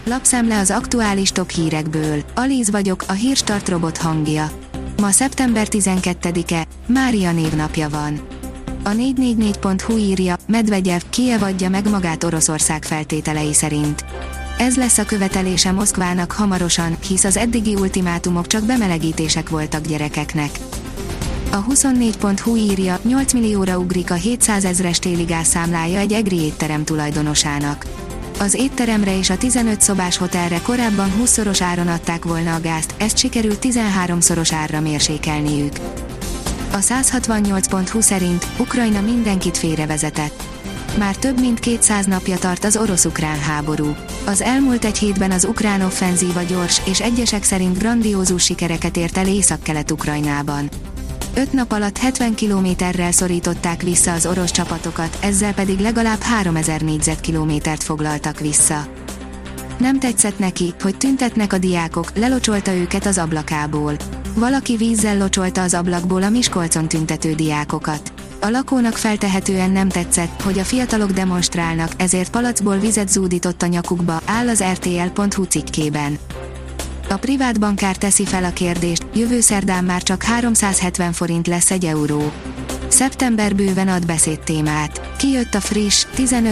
Lapszemle az aktuális top hírekből. Alíz vagyok, a Hírstart robot hangja. Ma szeptember 12-e, Mária névnapja van. A 444.hu írja, Medvegyev, Kijev adja meg magát Oroszország feltételei szerint. Ez lesz a követelése Moszkvának hamarosan, hisz az eddigi ultimátumok csak bemelegítések voltak gyerekeknek. A 24.hu írja, 8 millióra ugrik a 700 000-es téli gázszámlája egy egri étterem tulajdonosának. Az étteremre és a 15 szobás hotelre korábban 20-szoros áron adták volna a gázt, ezt sikerült 13-szoros árra mérsékelniük. A 168.hu szerint Ukrajna mindenkit félrevezetett. Már több mint 200 napja tart az orosz-ukrán háború. Az elmúlt egy hétben az ukrán offenzíva gyors, és egyesek szerint grandiózus sikereket ért el Észak-Kelet-Ukrajnában. 5 nap alatt 70 kilométerrel szorították vissza az orosz csapatokat, ezzel pedig legalább 3000 négyzetkilométert foglaltak vissza. Nem tetszett neki, hogy tüntetnek a diákok, lelocsolta őket az ablakából. Valaki vízzel locsolta az ablakból a Miskolcon tüntető diákokat. A lakónak feltehetően nem tetszett, hogy a fiatalok demonstrálnak, ezért palacból vizet zúdított a nyakukba, áll az rtl.hu cikkében. A privát bankár teszi fel a kérdést, jövő szerdán már csak 370 forint lesz egy euró. Szeptember bőven ad beszédtémát. Kijött a friss,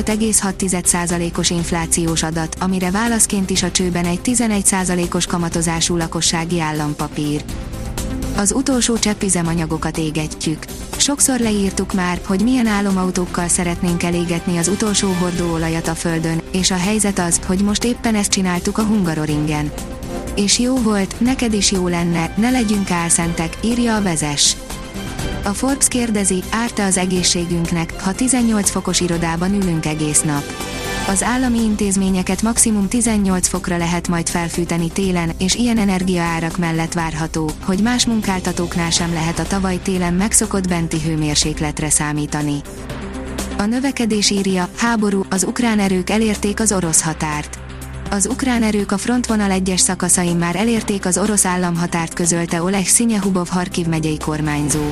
15,6%-os inflációs adat, amire válaszként is a csőben egy 11%-os kamatozású lakossági állampapír. Az utolsó csepp üzemanyagokat égetjük. Sokszor leírtuk már, hogy milyen álomautókkal szeretnénk elégetni az utolsó hordóolajat a földön, és a helyzet az, hogy most éppen ezt csináltuk a Hungaroringen. És jó volt, neked is jó lenne, ne legyünk álszentek, írja a Vezes. A Forbes kérdezi, árt-e az egészségünknek, ha 18 fokos irodában ülünk egész nap. Az állami intézményeket maximum 18 fokra lehet majd felfűteni télen, és ilyen energiaárak mellett várható, hogy más munkáltatóknál sem lehet a tavaly télen megszokott benti hőmérsékletre számítani. A növekedés írja, háború, az ukrán erők elérték az orosz határt. Az ukrán erők a frontvonal egyes szakaszain már elérték az orosz államhatárt, közölte Oleg Szinyehubov Harkiv megyei kormányzó.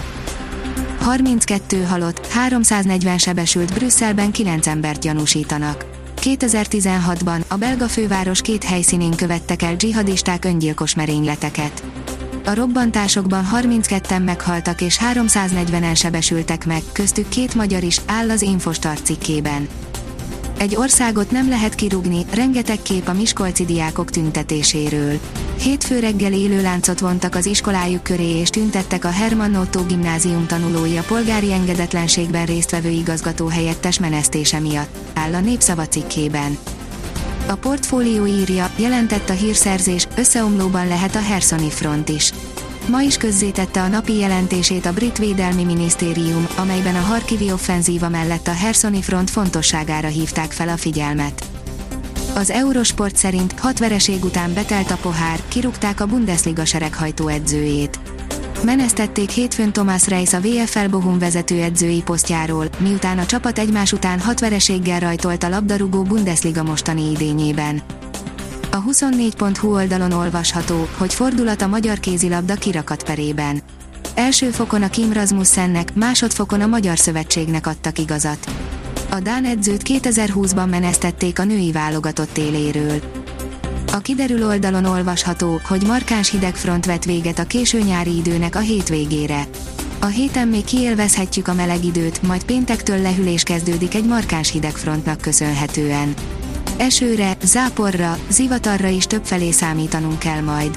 32 halott, 340 sebesült, Brüsszelben 9 embert gyanúsítanak. 2016-ban a belga főváros 2 helyszínén követtek el dzsihadisták öngyilkos merényleteket. A robbantásokban 32-en meghaltak és 340-en sebesültek meg, köztük 2 magyar is, áll az Infostart cikkében. Egy országot nem lehet kirúgni, rengeteg kép a miskolci diákok tüntetéséről. Hétfő reggel élőláncot vontak az iskolájuk köré és tüntettek a Hermann Ottó gimnázium tanulói a polgári engedetlenségben résztvevő igazgató helyettes menesztése miatt, áll a Népszava cikkében. A Portfólió írja, jelentett a hírszerzés, összeomlóban lehet a Hersoni front is. Ma is közzétette a napi jelentését a brit védelmi minisztérium, amelyben a harkivi offenzíva mellett a Hersoni front fontosságára hívták fel a figyelmet. Az Eurosport szerint 6 vereség után betelt a pohár, kirúgták a Bundesliga sereghajtó edzőjét. Menesztették hétfőn Thomas Reis a VfL Bochum vezetőedzői posztjáról, miután a csapat egymás után 6 vereséggel rajtolt a labdarúgó Bundesliga mostani idényében. A 24.hu oldalon olvasható, hogy fordulat a magyar kézilabda kirakatperében. Első fokon a Kim Rasmussennek, másodfokon a Magyar Szövetségnek adtak igazat. A dán edzőt 2020-ban menesztették a női válogatott éléről. A kiderül oldalon olvasható, hogy markáns hidegfront vett véget a késő nyári időnek a hétvégére. A héten még kiélvezhetjük a meleg időt, majd péntektől lehűlés kezdődik egy markáns hidegfrontnak köszönhetően. Esőre, záporra, zivatarra is többfelé számítanunk kell majd.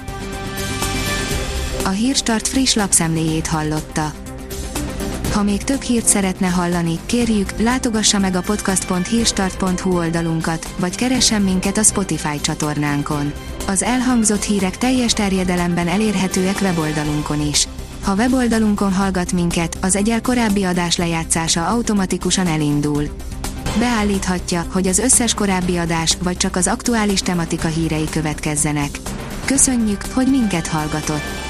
A Hírstart friss lapszemléjét hallotta. Ha még több hírt szeretne hallani, kérjük, látogassa meg a podcast.hírstart.hu oldalunkat, vagy keressen minket a Spotify csatornánkon. Az elhangzott hírek teljes terjedelemben elérhetőek weboldalunkon is. Ha weboldalunkon hallgat minket, az egyel korábbi adás lejátszása automatikusan elindul. Beállíthatja, hogy az összes korábbi adás, vagy csak az aktuális tematika hírei következzenek. Köszönjük, hogy minket hallgatott!